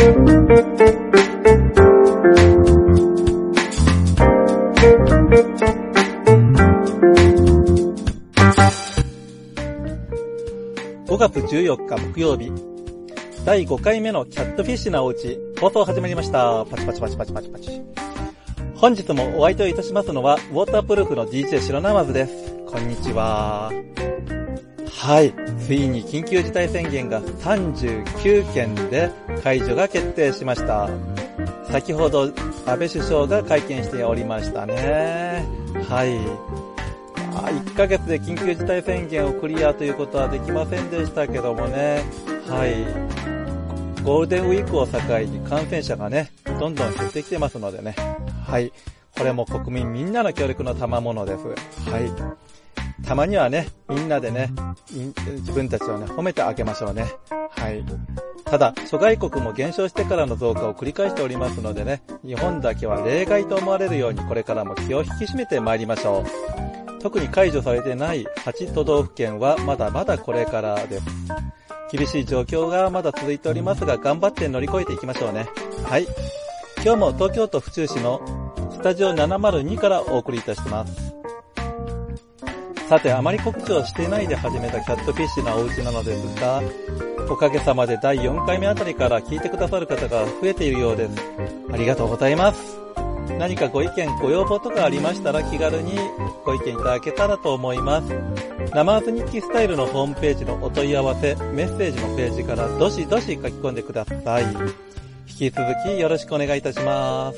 5月14日木曜日、第5回目のキャットフィッシュなおうち、放送始まりました。パチパチパチパチパチパチ。本日もお相手をいたしますのは、ウォータープルーフの DJ 白ナマズです。こんにちは。はい、ついに緊急事態宣言が39県で解除が決定しました。先ほど安倍首相が会見しておりましたね。はい。1ヶ月で緊急事態宣言をクリアということはできませんでしたけどもね。はい。ゴールデンウィークを境に感染者がね、どんどん減ってきてますのでね。はい。これも国民みんなの協力の賜物です。はい。たまにはね、みんなでね、自分たちをね、褒めてあげましょうね。はい。ただ、諸外国も減少してからの増加を繰り返しておりますのでね、日本だけは例外と思われるようにこれからも気を引き締めてまいりましょう。特に解除されてない8都道府県はまだまだこれからです。厳しい状況がまだ続いておりますが、頑張って乗り越えていきましょうね。はい。今日も東京都府中市のスタジオ702からお送りいたします。さて、あまり告知をしていないで始めたキャットフィッシュなおうちなのですが、おかげさまで第4回目あたりから聞いてくださる方が増えているようです。ありがとうございます。何かご意見、ご要望とかありましたら気軽にご意見いただけたらと思います。ナマーズ日記スタイルのホームページのお問い合わせ、メッセージのページからどしどし書き込んでください。引き続きよろしくお願いいたします。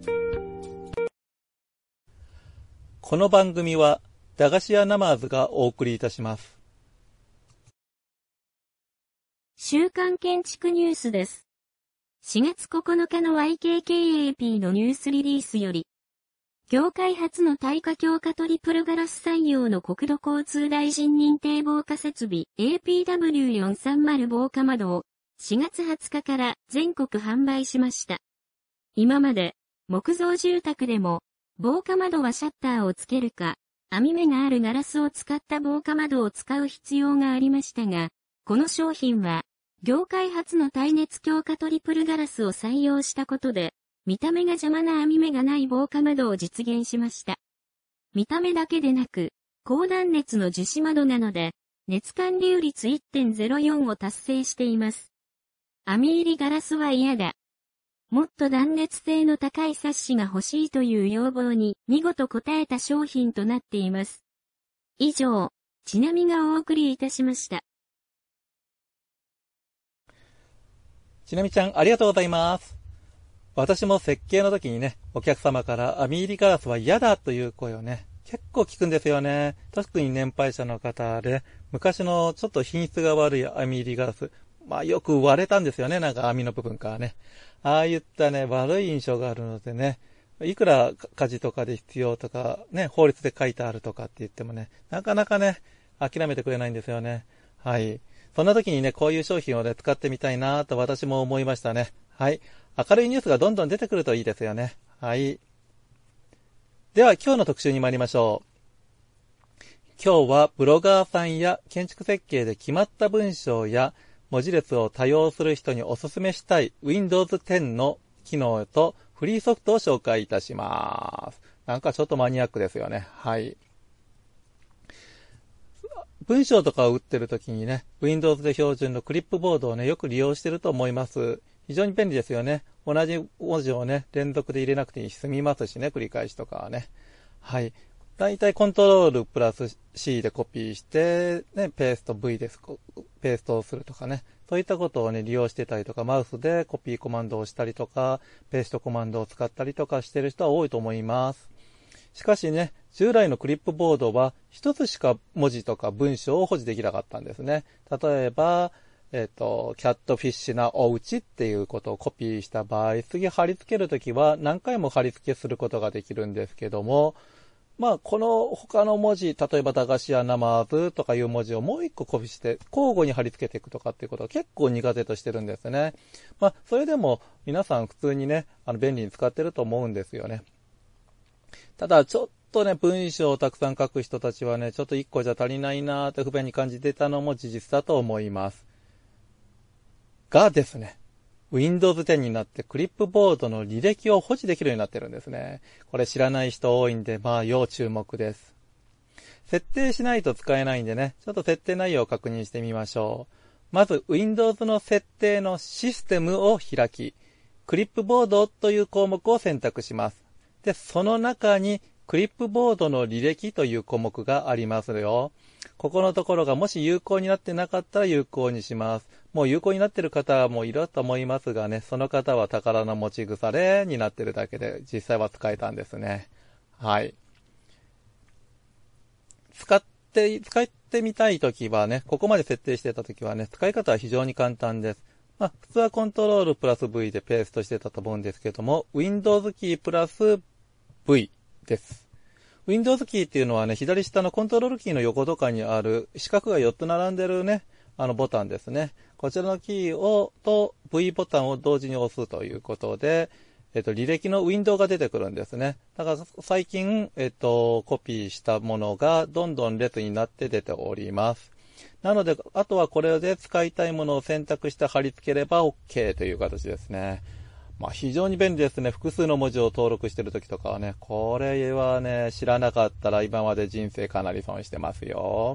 この番組は駄菓子屋ナマーズがお送りいたします。 週刊建築ニュースです。4月9日の YKKAP のニュースリリースより、業界初の耐火強化トリプルガラス採用の国土交通大臣認定防火設備 APW430 防火窓を4月20日から全国販売しました。今まで木造住宅でも防火窓はシャッターをつけるか、網目があるガラスを使った防火窓を使う必要がありましたが、この商品は業界初の耐熱強化トリプルガラスを採用したことで、見た目が邪魔な網目がない防火窓を実現しました。見た目だけでなく、高断熱の樹脂窓なので、熱還流率 1.04 を達成しています。網入りガラスは嫌だ。もっと断熱性の高いサッシが欲しいという要望に見事応えた商品となっています。以上、ちなみがお送りいたしました。 ちなみちゃん、ありがとうございます。私も設計の時にね、お客様から網入りガラスは嫌だという声をね、結構聞くんですよね。特に年配者の方で、昔のちょっと品質が悪い網入りガラス、よく割れたんですよね、なんか網の部分からね。ああいったね、悪い印象があるのでね、いくら火事とかで必要とか、ね、法律で書いてあるとかって言ってもね、なかなかね、諦めてくれないんですよね。はい。そんな時にね、こういう商品をね、使ってみたいなと私も思いましたね。はい。明るいニュースがどんどん出てくるといいですよね。はい。では今日の特集に参りましょう。今日はブロガーさんや建築設計で決まった文章や文字列を多用する人におすすめしたい Windows 10の機能とフリーソフトを紹介いたします。なんかちょっとマニアックですよね。はい。文章とかを打ってるときにね、Windows で標準のクリップボードをね、よく利用してると思います。非常に便利ですよね。同じ文字をね、連続で入れなくて済みますしね、繰り返しとかはね。はい。だいたいコントロールプラス C でコピーして、ね、ペースト V でペーストをするとかね。そういったことをね、利用してたりとか、マウスでコピーコマンドをしたりとか、ペーストコマンドを使ったりとかしてる人は多いと思います。しかしね、従来のクリップボードは一つしか文字とか文章を保持できなかったんですね。例えば、キャットフィッシュなお家っていうことをコピーした場合、次貼り付けるときは何回も貼り付けすることができるんですけども、この他の文字、例えば駄菓子屋ナマーズとかいう文字をもう一個コピーして交互に貼り付けていくとかっていうことは結構苦手としてるんですね。それでも皆さん普通にね、便利に使ってると思うんですよね。ただちょっとね、文章をたくさん書く人たちはね、ちょっと一個じゃ足りないなーって不便に感じてたのも事実だと思います。がですね、 Windows 10になってクリップボードの履歴を保持できるようになってるんですね。これ知らない人多いんで、要注目です。設定しないと使えないんでね、ちょっと設定内容を確認してみましょう。まず Windows の設定のシステムを開き、クリップボードという項目を選択します。で、その中にクリップボードの履歴という項目がありますよ。ここのところがもし有効になってなかったら有効にします。もう有効になっている方もいると思いますがね、その方は宝の持ち腐れになっているだけで実際は使えたんですね。はい。使ってみたいときはね、ここまで設定してたときはね、使い方は非常に簡単です。普通はコントロールプラス V でペーストしてたと思うんですけども、Windows キープラス V です。Windows キーっていうのはね、左下のコントロールキーの横とかにある四角が4つ並んでるね、ボタンですね。こちらのキーと V ボタンを同時に押すということで、履歴のウィンドウが出てくるんですね。だから最近、コピーしたものがどんどん列になって出ております。なので、あとはこれで使いたいものを選択して貼り付ければ OK という形ですね。非常に便利ですね。複数の文字を登録しているときとかはね、これはね、知らなかったら今まで人生かなり損してますよ。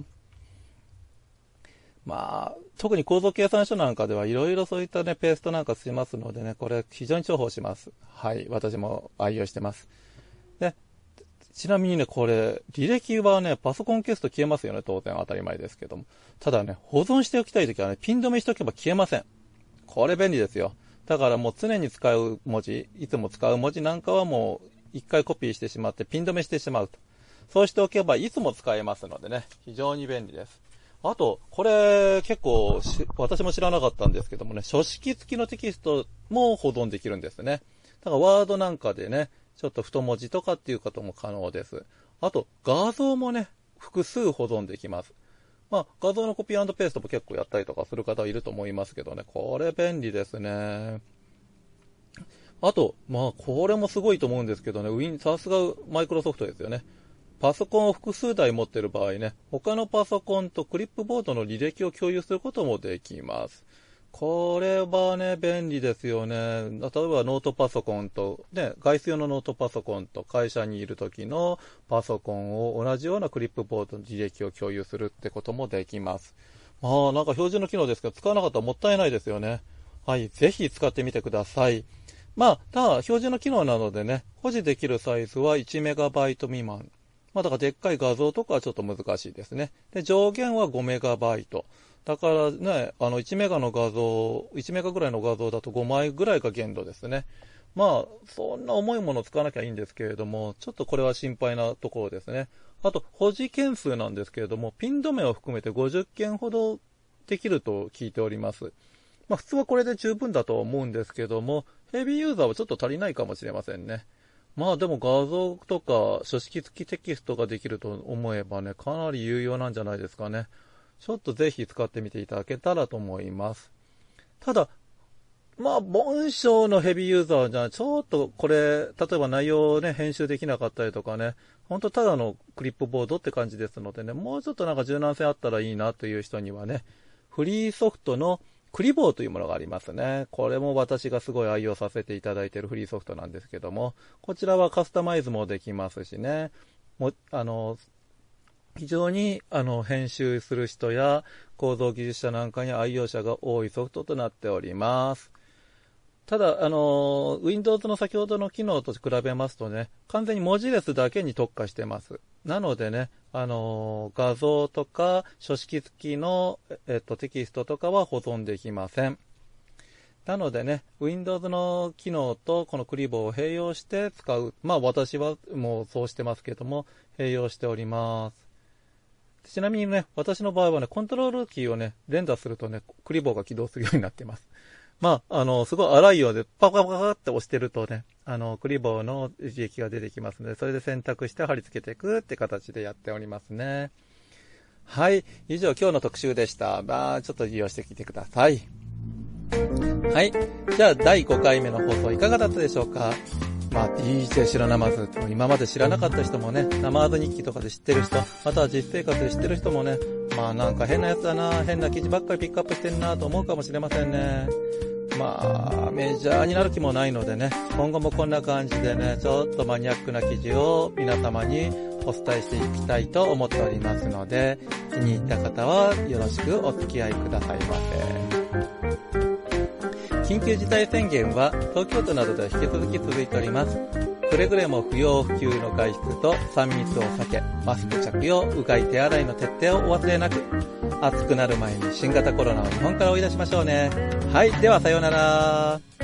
特に構造計算書なんかではいろいろそういったね、ペーストなんかしますのでね、これ非常に重宝します。はい、私も愛用してます。で、ちなみにね、これ、履歴はね、パソコン消すと消えますよね、当然当たり前ですけども。ただね、保存しておきたいときはね、ピン止めしておけば消えません。これ便利ですよ。だからもう常に使う文字、いつも使う文字なんかはもう一回コピーしてしまってピン止めしてしまうと。そうしておけばいつも使えますのでね、非常に便利です。あと、これ結構私も知らなかったんですけどもね、書式付きのテキストも保存できるんですね。だからワードなんかでね、ちょっと太文字とかっていうことも可能です。あと、画像もね、複数保存できます。画像のコピー&ペーストも結構やったりとかする方いると思いますけどね、これ便利ですね。あと、これもすごいと思うんですけどね、さすがマイクロソフトですよね。パソコンを複数台持っている場合ね、他のパソコンとクリップボードの履歴を共有することもできます。これはね、便利ですよね。例えばノートパソコンと、ね、外出用のノートパソコンと会社にいる時のパソコンを同じようなクリップボードの履歴を共有するってこともできます。なんか標準の機能ですけど、使わなかったらもったいないですよね。はい、ぜひ使ってみてください。ただ、標準の機能なのでね、保持できるサイズは 1MB 未満。だからでっかい画像とかはちょっと難しいですね。で、上限は 5MB。だからね、1メガの画像、1メガぐらいの画像だと5枚ぐらいが限度ですね。そんな重いものを使わなきゃいいんですけれども、ちょっとこれは心配なところですね。あと、保持件数なんですけれども、ピン止めを含めて50件ほどできると聞いております。普通はこれで十分だと思うんですけども、ヘビーユーザーはちょっと足りないかもしれませんね。でも画像とか書式付きテキストができると思えばね、かなり有用なんじゃないですかね。ちょっとぜひ使ってみていただけたらと思います。ただ、文章のヘビーユーザーじゃちょっとこれ、例えば内容をね、編集できなかったりとかね、ほんとただのクリップボードって感じですのでね、もうちょっとなんか柔軟性あったらいいなという人にはね、フリーソフトのクリボーというものがありますね。これも私がすごい愛用させていただいているフリーソフトなんですけども、こちらはカスタマイズもできますしね、非常に編集する人や構造技術者なんかに愛用者が多いソフトとなっております。ただ、Windows の先ほどの機能と比べますとね、完全に文字列だけに特化してます。なのでね、画像とか書式付きの、テキストとかは保存できません。なのでね、Windows の機能とこのクリボーを併用して使う。私はもうそうしてますけども、併用しております。ちなみにね、私の場合はね、コントロールキーをね、連打するとね、クリボーが起動するようになっています。すごい荒いようで、パカパカって押してるとね、クリボーの履歴が出てきますので、それで選択して貼り付けていくって形でやっておりますね。はい。以上、今日の特集でした。ちょっと利用してきてください。はい。じゃあ、第5回目の放送いかがだったでしょうか？DJ 白ナマズ、今まで知らなかった人もね、ナマーズ日記とかで知ってる人、または実生活で知ってる人もね、なんか変なやつだな、変な記事ばっかりピックアップしてんなと思うかもしれませんね。 メジャーになる気もないのでね、今後もこんな感じでね、ちょっとマニアックな記事を皆様にお伝えしていきたいと思っておりますので、気に入った方はよろしくお付き合いくださいませ。緊急事態宣言は東京都などで引き続き続いております。くれぐれも不要不急の外出と3密を避け、マスク着用、うがい手洗いの徹底をお忘れなく、暑くなる前に新型コロナを日本から追い出しましょうね。はい、ではさようなら。